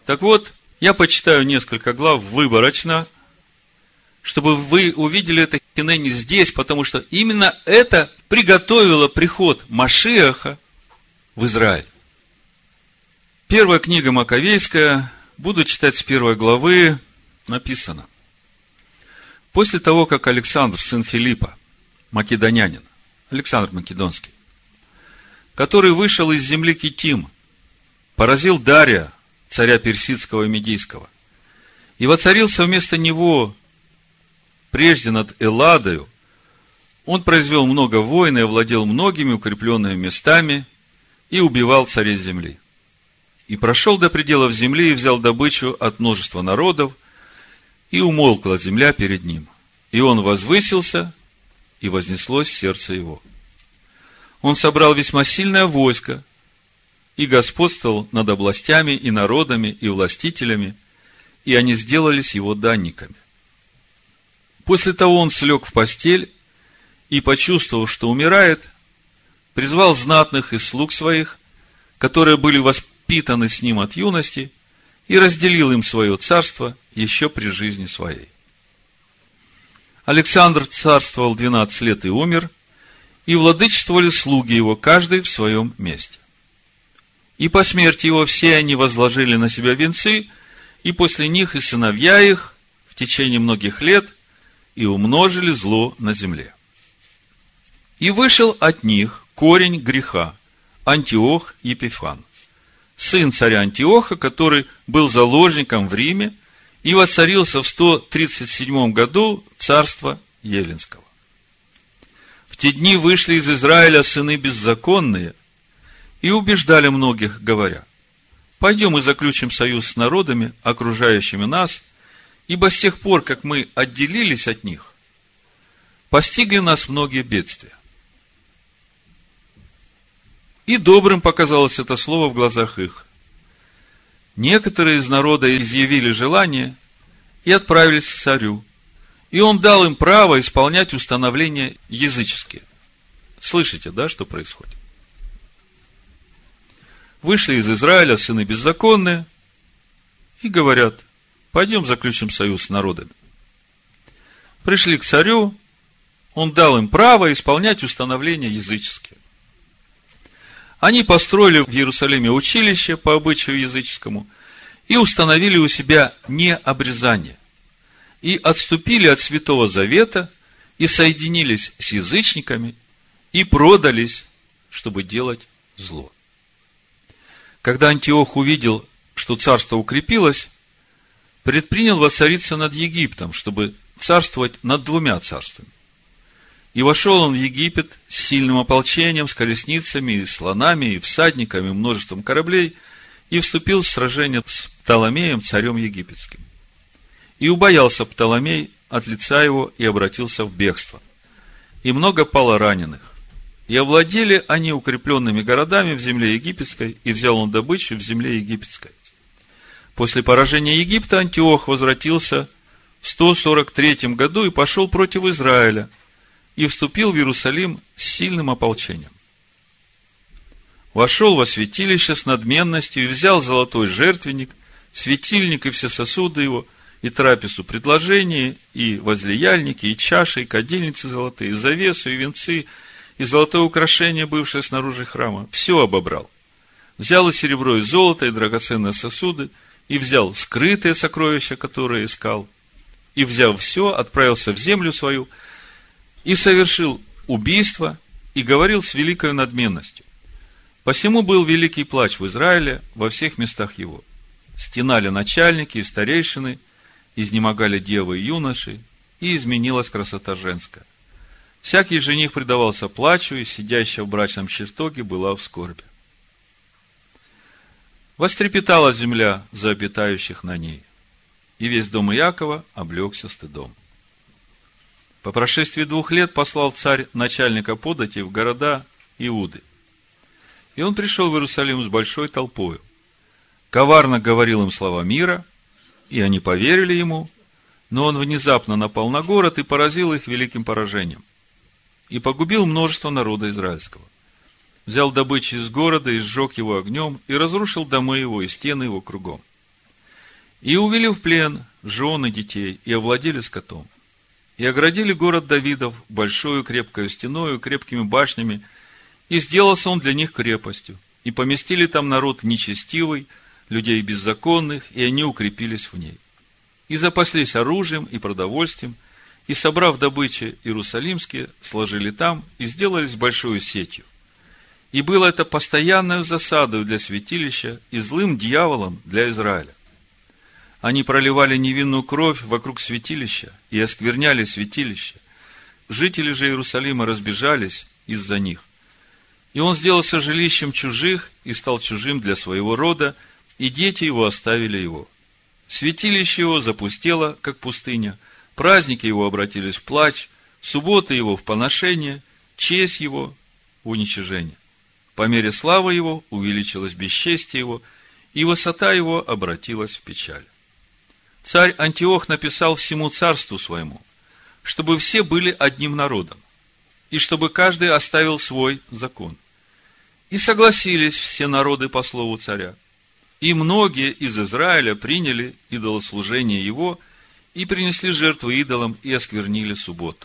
Так вот, я почитаю несколько глав выборочно, чтобы вы увидели это хинени здесь, потому что именно это приготовило приход Машиаха в Израиль. Первая книга Маковейская, буду читать с 1 главы, написано. После того, как Александр, сын Филиппа, македонянин, Александр Македонский, который вышел из земли Китим, поразил Дария, царя Персидского и Медийского, и воцарился вместо него прежде над Элладою, он произвел много войн и овладел многими укрепленными местами и убивал царей земли. И прошел до пределов земли и взял добычу от множества народов, и умолкла земля перед ним. И он возвысился, и вознеслось сердце его. Он собрал весьма сильное войско, и господствовал над областями, и народами, и властителями, и они сделались его данниками. После того он слег в постель, и, почувствовав, что умирает, призвал знатных из слуг своих, которые были воспитаны с ним от юности, и разделил им свое царство еще при жизни своей. Александр царствовал 12 лет и умер, и владычествовали слуги его, каждый в своем месте. И по смерти его все они возложили на себя венцы, и после них и сыновья их в течение многих лет, и умножили зло на земле. И вышел от них корень греха, Антиох Епифан, сын царя Антиоха, который был заложником в Риме и воцарился в 137 году царства Еллинского. В те дни вышли из Израиля сыны беззаконные и убеждали многих, говоря: пойдем и заключим союз с народами, окружающими нас, ибо с тех пор, как мы отделились от них, постигли нас многие бедствия. И добрым показалось это слово в глазах их. Некоторые из народа изъявили желание и отправились к царю, и он дал им право исполнять установления языческие. Слышите, да, что происходит? Вышли из Израиля сыны беззаконные и говорят: пойдем заключим союз с народами. Пришли к царю, он дал им право исполнять установления языческие. Они построили в Иерусалиме училище по обычаю языческому и установили у себя необрезание. И отступили от Святого Завета, и соединились с язычниками, и продались, чтобы делать зло. Когда Антиох увидел, что царство укрепилось, предпринял воцариться над Египтом, чтобы царствовать над 2 царствами. И вошел он в Египет с сильным ополчением, с колесницами, и слонами, и всадниками, и множеством кораблей, и вступил в сражение с Птоломеем, царем египетским. И убоялся Птоломей от лица его, и обратился в бегство. И много пало раненых. И овладели они укрепленными городами в земле египетской, и взял он добычу в земле египетской. После поражения Египта Антиох возвратился в 143 году и пошел против Израиля, и вступил в Иерусалим с сильным ополчением. Вошел во святилище с надменностью и взял золотой жертвенник, светильник и все сосуды его, и трапезу предложения, и возлияльники, и чаши, и кадильницы золотые, и завесу, и венцы, и золотое украшение, бывшее снаружи храма. Все обобрал. Взял и серебро, и золото, и драгоценные сосуды, и взял скрытые сокровища, которые искал, и, взяв все, отправился в землю свою, и совершил убийство, и говорил с великой надменностью. Посему был великий плач в Израиле во всех местах его. Стенали начальники и старейшины, изнемогали девы и юноши, и изменилась красота женская. Всякий жених предавался плачу, и сидящая в брачном чертоге была в скорби. Вострепетала земля за обитающих на ней, и весь дом Иакова облегся стыдом. По прошествии 2 лет послал царь начальника подати в города Иуды. И он пришел в Иерусалим с большой толпою. Коварно говорил им слова мира, и они поверили ему, но он внезапно напал на город и поразил их великим поражением. И погубил множество народа израильского. Взял добычу из города и сжег его огнем, и разрушил дома его и стены его кругом. И увели в плен жен и детей, и овладели скотом. И оградили город Давидов большою крепкою стеною, крепкими башнями, и сделался он для них крепостью. И поместили там народ нечестивый, людей беззаконных, и они укрепились в ней. И запаслись оружием и продовольствием, и, собрав добычи иерусалимские, сложили там и сделались большой сетью. И было это постоянной засадой для святилища и злым дьяволом для Израиля. Они проливали невинную кровь вокруг святилища и оскверняли святилище. Жители же Иерусалима разбежались из-за них. И он сделался жилищем чужих и стал чужим для своего рода, и дети его оставили его. Святилище его запустело, как пустыня, праздники его обратились в плач, субботы его в поношение, честь его в уничижение. По мере славы его увеличилось бесчестие его, и высота его обратилась в печаль. Царь Антиох написал всему царству своему, чтобы все были одним народом, и чтобы каждый оставил свой закон. И согласились все народы по слову царя. И многие из Израиля приняли идолослужение его и принесли жертвы идолам и осквернили субботу.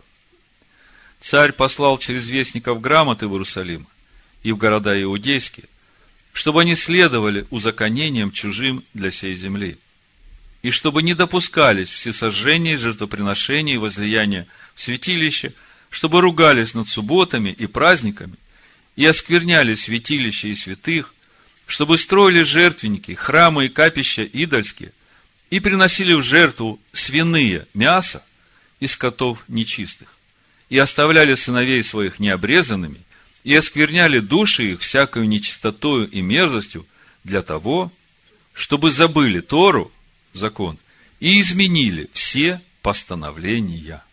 Царь послал через вестников грамоты в Иерусалим и в города иудейские, чтобы они следовали узаконениям чужим для сей земли, и чтобы не допускались всесожжения, жертвоприношения и возлияния в святилище, чтобы ругались над субботами и праздниками, и оскверняли святилища и святых, чтобы строили жертвенники, храмы и капища идольские, и приносили в жертву свиные мясо и скотов нечистых, и оставляли сыновей своих необрезанными, и оскверняли души их всякою нечистотою и мерзостью для того, чтобы забыли Тору, закон, и изменили все постановления.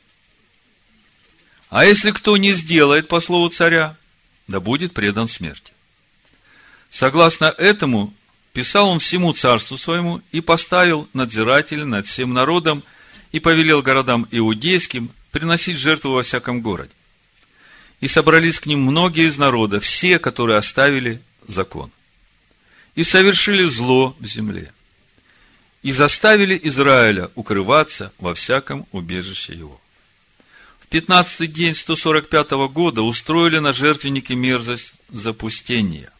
А если кто не сделает по слову царя, да будет предан смерти. Согласно этому, писал он всему царству своему и поставил надзирателя над всем народом и повелел городам иудейским приносить жертву во всяком городе. И собрались к ним многие из народа, все, которые оставили закон, и совершили зло в земле, и заставили Израиля укрываться во всяком убежище его. В 15-й день 145 года устроили на жертвеннике мерзость запустения.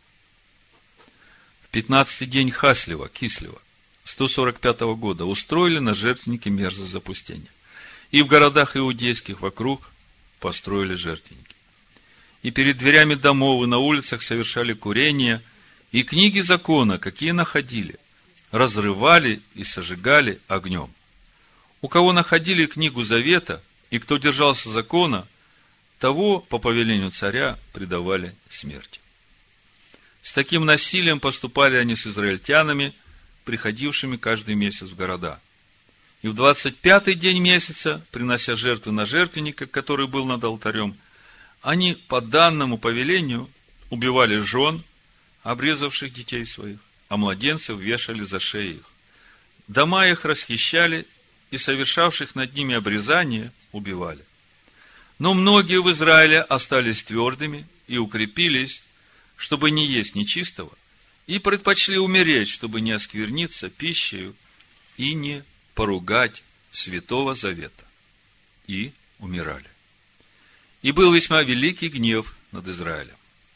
В 15-й день Кислева, 145 года, устроили на жертвеннике мерзость запустения. И в городах иудейских вокруг построили жертвенники. И перед дверями домов и на улицах совершали курение, и книги закона, какие находили, разрывали и сожигали огнем. У кого находили книгу завета, и кто держался закона, того по повелению царя предавали смерти. С таким насилием поступали они с израильтянами, приходившими каждый месяц в города. И в 25-й день месяца, принося жертвы на жертвенника, который был над алтарем, они по данному повелению убивали жен, обрезавших детей своих, а младенцев вешали за шеи их. Дома их расхищали, и совершавших над ними обрезание убивали. Но многие в Израиле остались твердыми и укрепились, чтобы не есть нечистого, и предпочли умереть, чтобы не оскверниться пищею и не поругать Святого Завета. И умирали. И был весьма великий гнев над Израилем.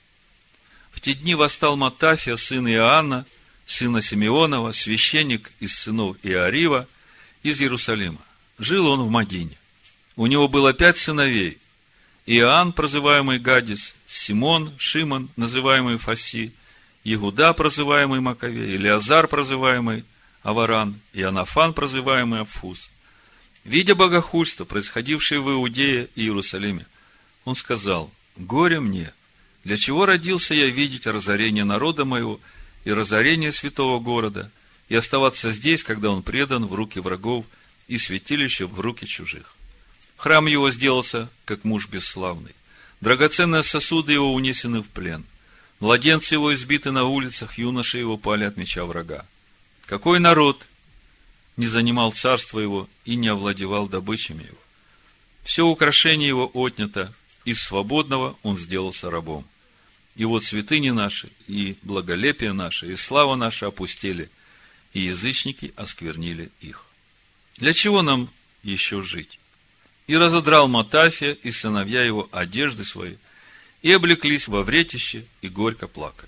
В те дни восстал Матафия, сын Иоанна, сына Симеонова, священник из сынов Иарива, из Иерусалима. Жил он в Мадине. У него было 5 сыновей. Иоанн, прозываемый Гадис, Симон, Шимон, называемый Фаси, Иуда, прозываемый Маковей, Илиазар, прозываемый Аваран, и Анафан, прозываемый Апфус. Видя богохульство, происходившее в Иудее и Иерусалиме, он сказал: «Горе мне! Для чего родился я видеть разорение народа моего и разорение святого города, и оставаться здесь, когда он предан в руки врагов и святилище в руки чужих? Храм его сделался, как муж бесславный. Драгоценные сосуды его унесены в плен. Младенцы его избиты на улицах, юноши его пали от меча врага. Какой народ не занимал царство его и не овладевал добычами его? Все украшение его отнято, из свободного он сделался рабом. И вот святыни наши, и благолепие наше, и слава наша опустели, и язычники осквернили их. Для чего нам еще жить? И разодрал Матафия и сыновья его одежды свои, и облеклись во вретище, и горько плакали.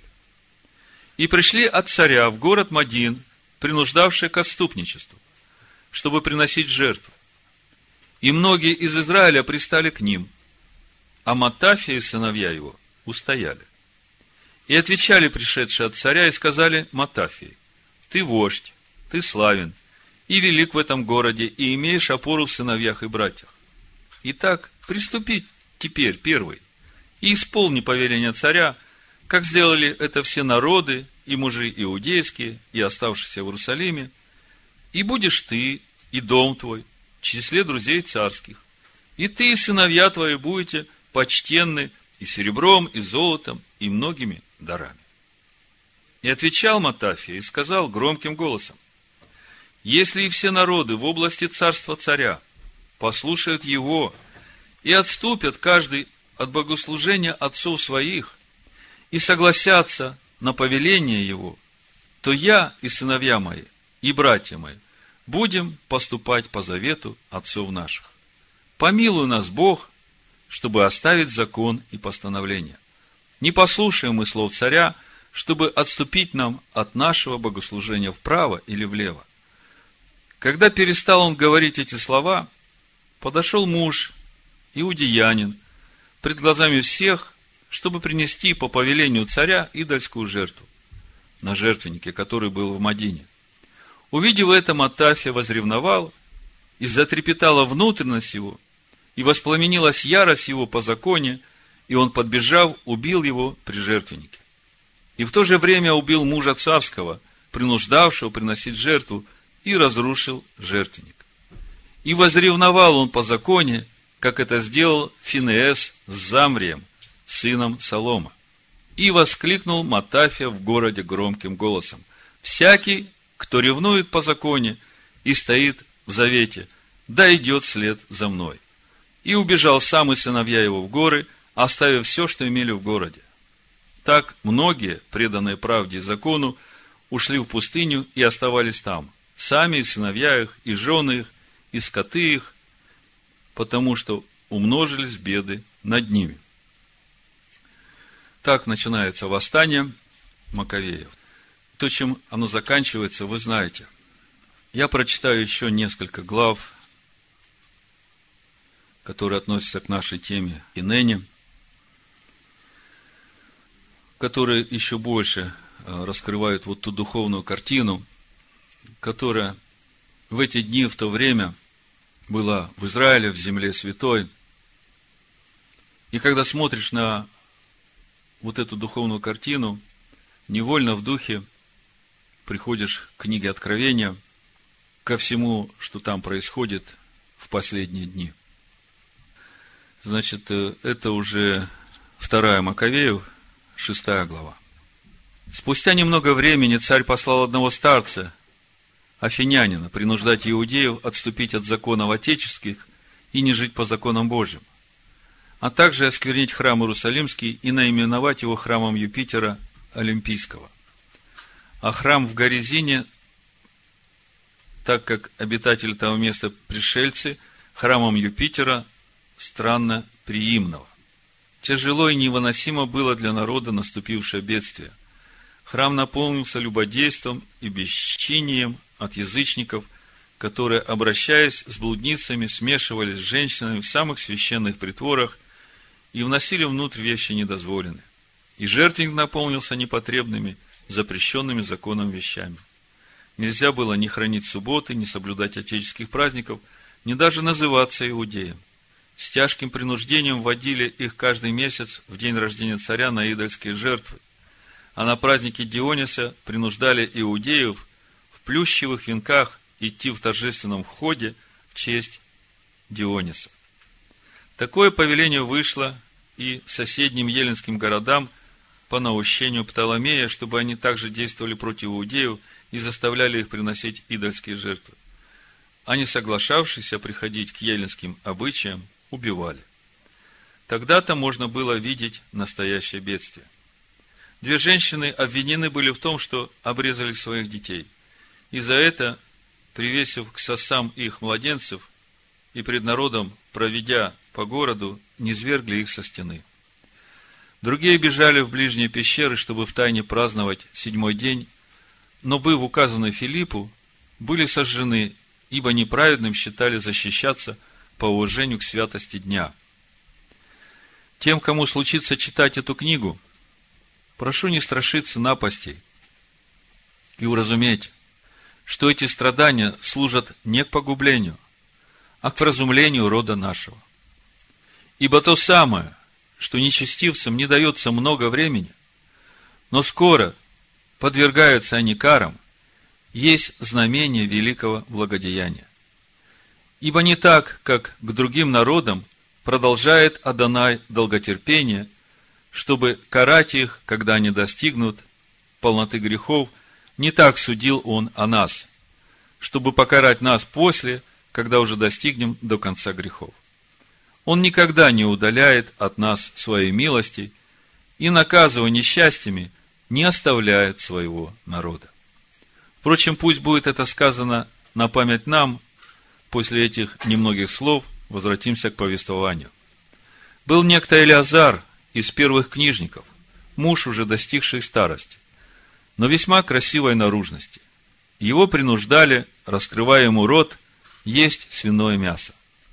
И пришли от царя в город Мадин, принуждавшие к отступничеству, чтобы приносить жертву. И многие из Израиля пристали к ним, а Матафия и сыновья его устояли. И отвечали пришедшие от царя и сказали Матафии: ты вождь, ты славен, и велик в этом городе, и имеешь опору в сыновьях и братьях. Итак, приступи теперь первый, и исполни повеление царя, как сделали это все народы, и мужи иудейские, и оставшиеся в Иерусалиме, и будешь ты, и дом твой, в числе друзей царских, и ты, и сыновья твои будете почтенны и серебром, и золотом, и многими дарами. И отвечал Матафия и сказал громким голосом: если и все народы в области царства царя послушают его и отступят каждый от богослужения отцов своих и согласятся на повеление его, то я и сыновья мои, и братья мои будем поступать по завету отцов наших. Помилуй нас, Бог, чтобы оставить закон и постановления. Не послушаем мы слов царя, чтобы отступить нам от нашего богослужения вправо или влево. Когда перестал он говорить эти слова, подошел муж, иудеянин, пред глазами всех, чтобы принести по повелению царя идольскую жертву на жертвеннике, который был в Мадине. Увидев это, Матафия возревновал, и затрепетала внутренность его, и воспламенилась ярость его по законе, и он, подбежав, убил его при жертвеннике. И в то же время убил мужа царского, принуждавшего приносить жертву, и разрушил жертвенник. И возревновал он по законе, как это сделал Финеас с Замрием, сыном Салома. И воскликнул Матафия в городе громким голосом: всякий, кто ревнует по законе и стоит в завете, да идет след за мной. И убежал сам и сыновья его в горы, оставив все, что имели в городе. Так многие, преданные правде и закону, ушли в пустыню и оставались там, сами и сыновья их, и жены их, и скоты их, потому что умножились беды над ними. Так начинается восстание Маковеев. То, чем оно заканчивается, вы знаете. Я прочитаю еще несколько глав, которые относятся к нашей теме Хинени, которые еще больше раскрывают вот ту духовную картину, которая в эти дни, в то время, была в Израиле, в земле святой. И когда смотришь на вот эту духовную картину, невольно в духе приходишь к книге Откровения, ко всему, что там происходит в последние дни. Значит, это уже 2 Маковеев, 6 глава. Спустя немного времени царь послал одного старца, афинянина, принуждать иудеев отступить от законов отеческих и не жить по законам Божьим, а также осквернить храм Иерусалимский и наименовать его храмом Юпитера Олимпийского. А храм в Горизине, так как обитатели того места пришельцы, храмом Юпитера странно приимного. Тяжело и невыносимо было для народа наступившее бедствие. Храм наполнился любодейством и бесчинием от язычников, которые, обращаясь с блудницами, смешивались с женщинами в самых священных притворах и вносили внутрь вещи недозволенные. И жертвенник наполнился непотребными, запрещенными законом вещами. Нельзя было ни хранить субботы, ни соблюдать отеческих праздников, ни даже называться иудеем. С тяжким принуждением вводили их каждый месяц в день рождения царя на идольские жертвы, а на празднике Диониса принуждали иудеев в плющевых венках идти в торжественном входе в честь Диониса. Такое повеление вышло и соседним эллинским городам по наущению Птоломея, чтобы они также действовали против иудеев и заставляли их приносить идольские жертвы. А не соглашавшиеся приходить к эллинским обычаям убивали. Тогда-то можно было видеть настоящее бедствие. 2 женщины обвинены были в том, что обрезали своих детей. и за это, привесив к сосам их младенцев, и пред народом, проведя по городу, низвергли их со стены. Другие бежали в ближние пещеры, чтобы втайне праздновать 7-й день, но, быв указаны Филиппу, были сожжены, ибо неправедным считали защищаться по уважению к святости дня. Тем, кому случится читать эту книгу, прошу не страшиться напастей и уразуметь, что эти страдания служат не к погублению, а к вразумлению рода нашего. Ибо то самое, что нечестивцам не дается много времени, но скоро подвергаются они карам, есть знамение великого благодеяния. Ибо не так, как к другим народам, продолжает Адонай долготерпение, чтобы карать их, когда они достигнут полноты грехов, не так судил Он о нас, чтобы покарать нас после, когда уже достигнем до конца грехов. Он никогда не удаляет от нас своей милости и, наказывая несчастьями, не оставляет своего народа. Впрочем, пусть будет это сказано на память нам. После этих немногих слов возвратимся к повествованию. Был некто Элиазар из первых книжников, муж, уже достигший старости, но весьма красивой наружности. Его принуждали, раскрывая ему рот, есть свиное мясо.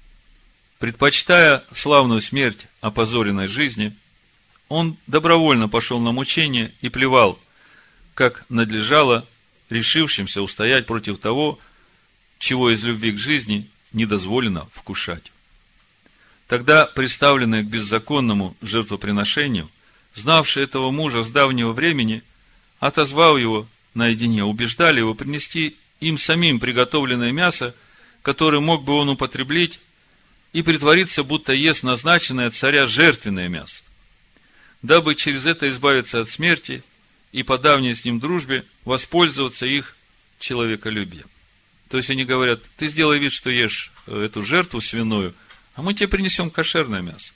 Предпочитая славную смерть опозоренной жизни, он добровольно пошел на мучение и плевал, как надлежало решившимся устоять против того, чего из любви к жизни не дозволено вкушать. Тогда представленные к беззаконному жертвоприношению, знавшие этого мужа с давнего времени, отозвав его наедине, убеждали его принести им самим приготовленное мясо, которое мог бы он употребить, и притвориться, будто ест назначенное царя жертвенное мясо, дабы через это избавиться от смерти и по давней с ним дружбе воспользоваться их человеколюбием. То есть они говорят: ты сделай вид, что ешь эту жертву свиную, а мы тебе принесем кошерное мясо.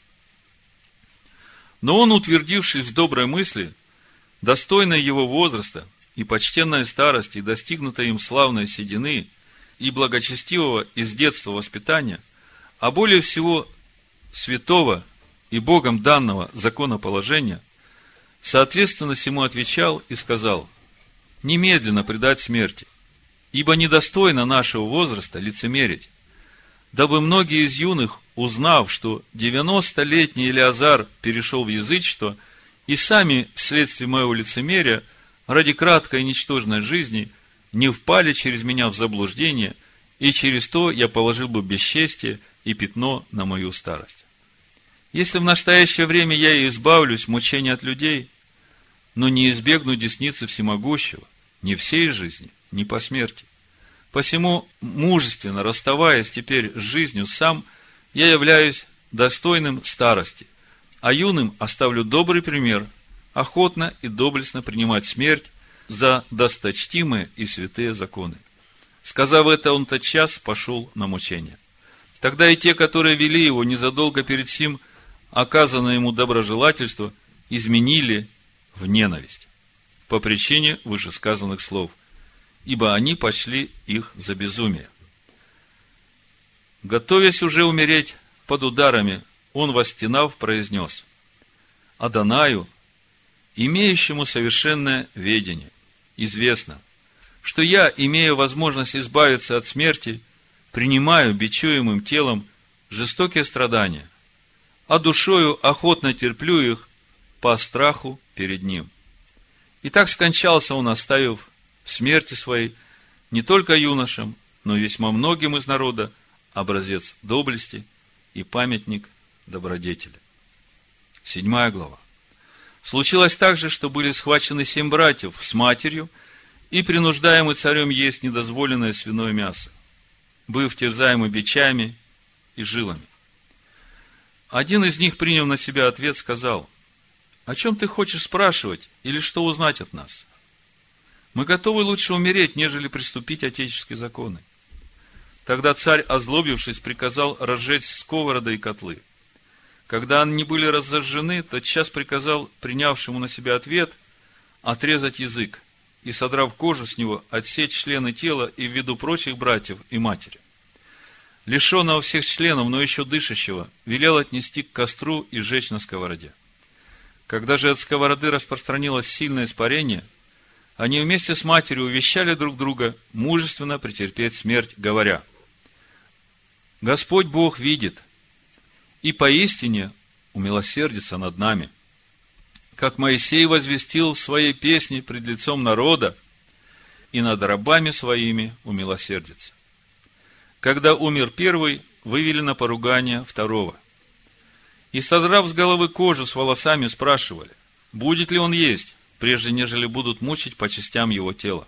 Но он, утвердившись в доброй мысли, достойной его возраста и почтенной старости, и достигнутой им славной седины, и благочестивого из детства воспитания, а более всего святого и Богом данного законоположения, соответственно сему отвечал и сказал: немедленно предать смерти, ибо недостойно нашего возраста лицемерить, дабы многие из юных, узнав, что 90-летний Элиазар перешел в язычество, и сами вследствие моего лицемерия ради краткой и ничтожной жизни не впали через меня в заблуждение, и через то я положил бы бесчестие и пятно на мою старость. Если в настоящее время я и избавлюсь мучения от людей, но не избегну десницы всемогущего ни всей жизни, ни по смерти. Посему, мужественно расставаясь теперь с жизнью сам, я являюсь достойным старости, а юным оставлю добрый пример, охотно и доблестно принимать смерть за досточтимые и святые законы. Сказав это, он тотчас пошел на мучение. Тогда и те, которые вели его незадолго перед сим, оказанное ему доброжелательство, изменили в ненависть по причине вышесказанных слов, ибо они почли их за безумие. Готовясь уже умереть под ударами, он, восстенав, произнес: Адонаю, имеющему совершенное ведение, известно, что я, имея возможность избавиться от смерти, принимаю бичуемым телом жестокие страдания, а душою охотно терплю их по страху перед ним. И так скончался он, оставив в смерти своей не только юношам, но и весьма многим из народа образец доблести и памятник добродетели. 7 глава. Случилось также, что были схвачены 7 братьев с матерью и принуждаемы царем есть недозволенное свиное мясо, быв терзаемы бичами и жилами. Один из них, приняв на себя ответ, сказал: о чем ты хочешь спрашивать или что узнать от нас? Мы готовы лучше умереть, нежели приступить отеческие законы. Тогда царь, озлобившись, приказал разжечь сковороды и котлы. Когда они были разожжены, тотчас приказал принявшему на себя ответ отрезать язык и, содрав кожу с него, отсечь члены тела и ввиду прочих братьев и матери. Лишенного всех членов, но еще дышащего, велел отнести к костру и сжечь на сковороде. Когда же от сковороды распространилось сильное испарение, они вместе с матерью увещали друг друга мужественно претерпеть смерть, говоря: Господь Бог видит, и поистине умилосердится над нами, как Моисей возвестил в своей песне пред лицом народа, и над рабами своими умилосердится. Когда умер первый, вывели на поругание второго. И, содрав с головы кожу с волосами, спрашивали, будет ли он есть, прежде нежели будут мучить по частям его тела.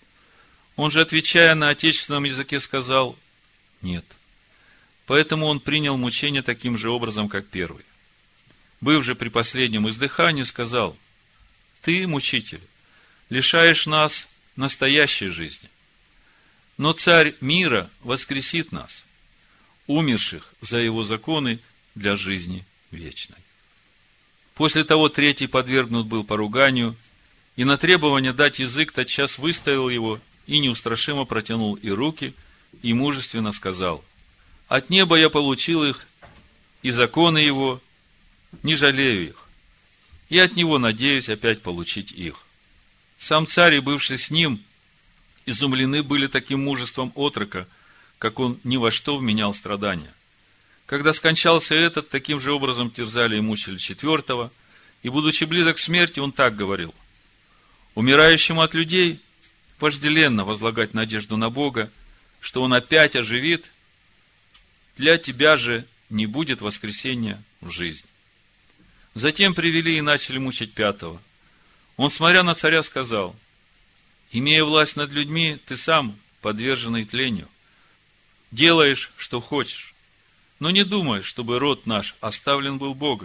Он же, отвечая на отечественном языке, сказал: нет. Поэтому он принял мучение таким же образом, как первый. Быв же при последнем издыхании, сказал: ты, мучитель, лишаешь нас настоящей жизни. Но царь мира воскресит нас, умерших за его законы для жизни вечной. После того третий подвергнут был поруганию, и на требование дать язык тотчас выставил его, и неустрашимо протянул и руки, и мужественно сказал: от неба я получил их, и законы его, не жалею их, и от него надеюсь опять получить их. Сам царь и бывший с ним изумлены были таким мужеством отрока, как он ни во что вменял страдания. Когда скончался этот, таким же образом терзали и мучили четвертого, и, будучи близок к смерти, он так говорил: умирающему от людей вожделенно возлагать надежду на Бога, что он опять оживит, для тебя же не будет воскресения в жизнь. Затем привели и начали мучить пятого. Он, смотря на царя, сказал: имея власть над людьми, ты сам подверженный тлению. Делаешь, что хочешь, но не думай, чтобы род наш оставлен был Богом.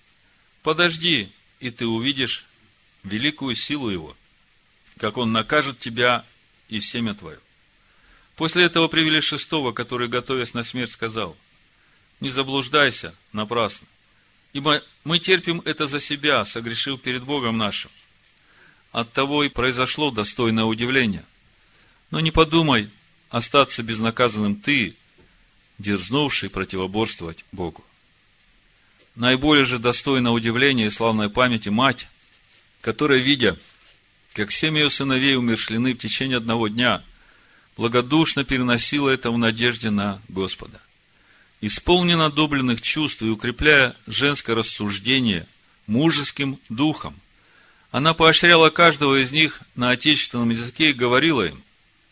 Подожди, и ты увидишь великую силу его, как он накажет тебя и семя твое. После этого привели шестого, который, готовясь на смерть, сказал: не заблуждайся напрасно, ибо мы терпим это за себя, согрешив перед Богом нашим. Оттого и произошло достойное удивление. Но не подумай остаться безнаказанным ты, дерзнувший противоборствовать Богу. Наиболее же достойно удивления и славной памяти мать, которая, видя, как 7 ее сыновей умершлены в течение одного дня, благодушно переносила это в надежде на Господа. Исполнена одобренных чувств и укрепляя женское рассуждение мужеским духом, она поощряла каждого из них на отечественном языке и говорила им: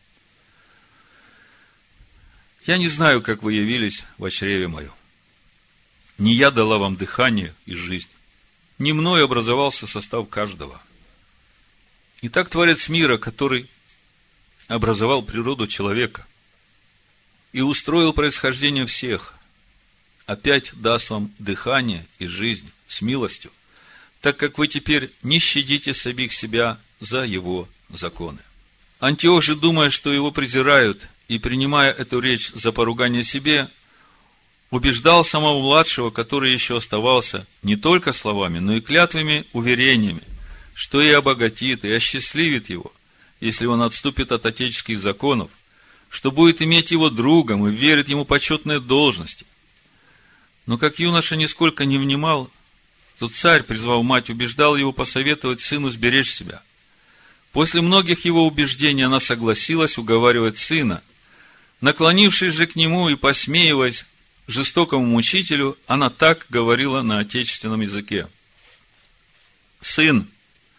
я не знаю, как вы явились в чреве моем. Не я дала вам дыхание и жизнь, не мной образовался состав каждого. Итак, Творец мира, который образовал природу человека и устроил происхождение всех, опять даст вам дыхание и жизнь с милостью, так как вы теперь не щадите самих себя за его законы. Антиох же, думая, что его презирают, и принимая эту речь за поругание себе, убеждал самого младшего, который еще оставался, не только словами, но и клятвами, уверениями, что и обогатит, и осчастливит его, если он отступит от отеческих законов, что будет иметь его другом и верит ему почетные должности. Но как юноша нисколько не внимал, то царь, призвав мать, убеждал его посоветовать сыну сберечь себя. После многих его убеждений она согласилась уговаривать сына. Наклонившись же к нему и посмеиваясь жестокому мучителю, она так говорила на отечественном языке: сын,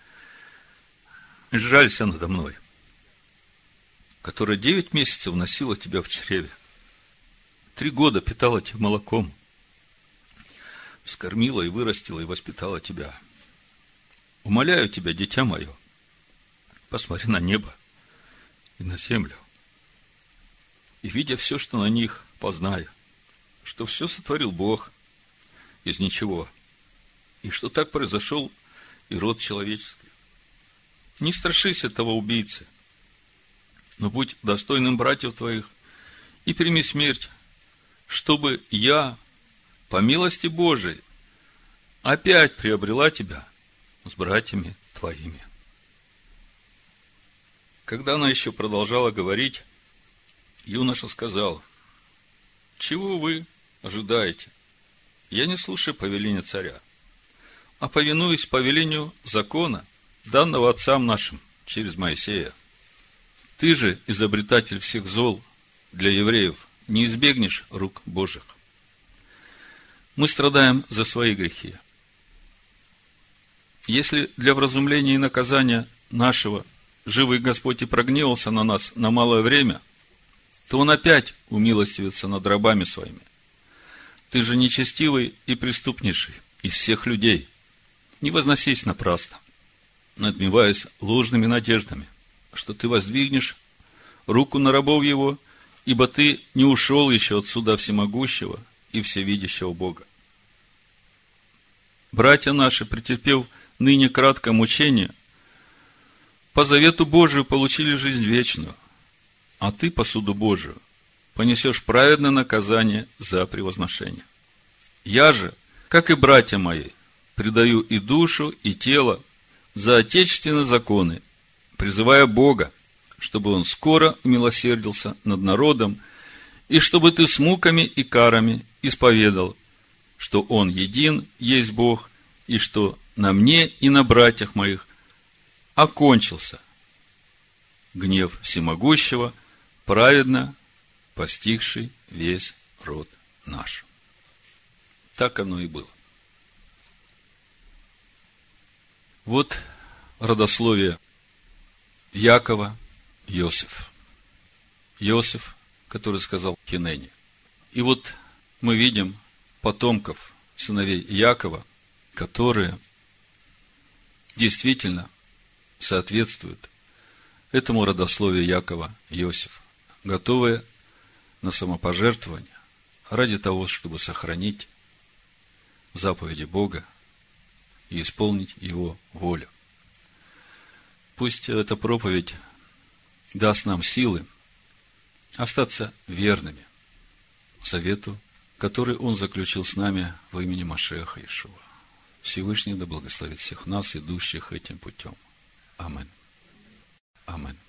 жалься надо мной, которая 9 месяцев носила тебя в чреве, 3 года питала тебя молоком, вскормила и вырастила и воспитала тебя. Умоляю тебя, дитя мое, посмотри на небо и на землю, и, видя все, что на них, познай, что все сотворил Бог из ничего, и что так произошел и род человеческий. Не страшись этого убийцы, но будь достойным братьев твоих и прими смерть, чтобы я, по милости Божией, опять приобрела тебя с братьями твоими. Когда она еще продолжала говорить, юноша сказал: чего вы ожидаете? Я не слушаю повеления царя, а повинуюсь повелению закона, данного отцам нашим через Моисея. Ты же, изобретатель всех зол для евреев, не избегнешь рук Божьих. Мы страдаем за свои грехи. Если для вразумления и наказания нашего живый Господь и прогневался на нас на малое время, то Он опять умилостивится над рабами своими. Ты же нечестивый и преступнейший из всех людей. Не возносись напрасно, надмеваясь ложными надеждами, что ты воздвигнешь руку на рабов его, ибо ты не ушел еще от суда всемогущего и всевидящего Бога. Братья наши, претерпев ныне краткое мучение, по завету Божию получили жизнь вечную, а ты по суду Божию понесешь праведное наказание за превозношение. Я же, как и братья мои, предаю и душу, и тело за отечественные законы, призывая Бога, чтобы Он скоро умилосердился над народом, и чтобы ты с муками и карами исповедал, что Он един есть Бог, и что на мне и на братьях моих окончился гнев всемогущего, праведно постигший весь род наш. Так оно и было. Вот родословие Якова, Иосиф. Иосиф, который сказал Хинене. И вот мы видим потомков сыновей Якова, которые действительно соответствуют этому родословию Якова, Иосиф, готовые на самопожертвование ради того, чтобы сохранить заповеди Бога и исполнить Его волю. Пусть эта проповедь даст нам силы остаться верными завету, который Он заключил с нами во имени Машиаха Иешуа. Всевышний да благословит всех нас, идущих этим путем. Аминь. Аминь.